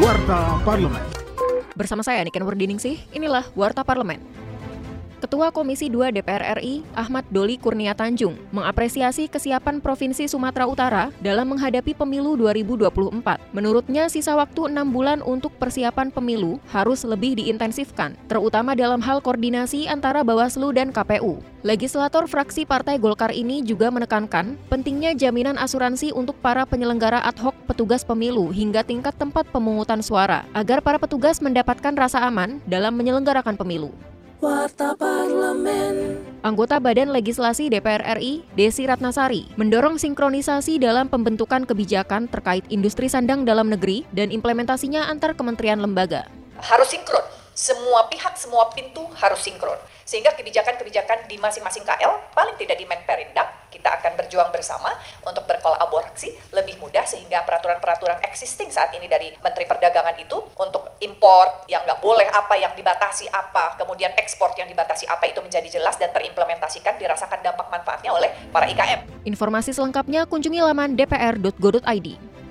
Warta Parlemen. Bersama saya Niken Wardiningsih, inilah Warta Parlemen. Ketua Komisi 2 DPR RI, Ahmad Doli Kurnia Tanjung, mengapresiasi kesiapan Provinsi Sumatera Utara dalam menghadapi pemilu 2024. Menurutnya, sisa waktu 6 bulan untuk persiapan pemilu harus lebih diintensifkan, terutama dalam hal koordinasi antara Bawaslu dan KPU. Legislator fraksi Partai Golkar ini juga menekankan pentingnya jaminan asuransi untuk para penyelenggara ad hoc petugas pemilu hingga tingkat tempat pemungutan suara, agar para petugas mendapatkan rasa aman dalam menyelenggarakan pemilu. Warta Parlemen. Anggota Badan Legislasi DPR RI, Desi Ratnasari, mendorong sinkronisasi dalam pembentukan kebijakan terkait industri sandang dalam negeri dan implementasinya antar kementerian lembaga. Harus sinkron, semua pihak, semua pintu harus sinkron. Sehingga kebijakan-kebijakan di masing-masing KL, paling tidak di Menperindak, kita akan berjuang bersama untuk berkolaborasi lebih mudah sehingga peraturan-peraturan existing saat ini dari Menteri Perdagangan itu untuk impor yang nggak boleh apa, yang dibatasi apa, kemudian ekspor yang dibatasi apa itu menjadi jelas dan terimplementasikan, dirasakan dampak manfaatnya oleh para IKM. Informasi selengkapnya kunjungi laman dpr.go.id.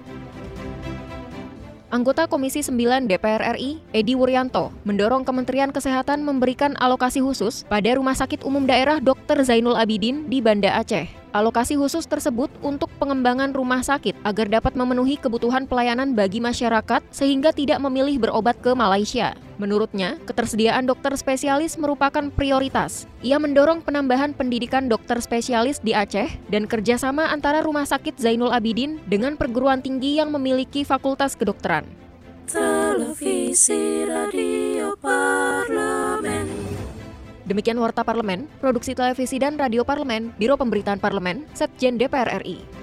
Anggota Komisi 9 DPR RI, Edi Wuryanto, mendorong Kementerian Kesehatan memberikan alokasi khusus pada Rumah Sakit Umum Daerah Dr. Zainul Abidin di Banda Aceh. Alokasi khusus tersebut untuk pengembangan rumah sakit agar dapat memenuhi kebutuhan pelayanan bagi masyarakat sehingga tidak memilih berobat ke Malaysia. Menurutnya, ketersediaan dokter spesialis merupakan prioritas. Ia mendorong penambahan pendidikan dokter spesialis di Aceh dan kerjasama antara Rumah Sakit Zainul Abidin dengan perguruan tinggi yang memiliki fakultas kedokteran. Televisi Radio Parlemen. Demikian Warta Parlemen, Produksi Televisi dan Radio Parlemen, Biro Pemberitaan Parlemen, Setjen DPR RI.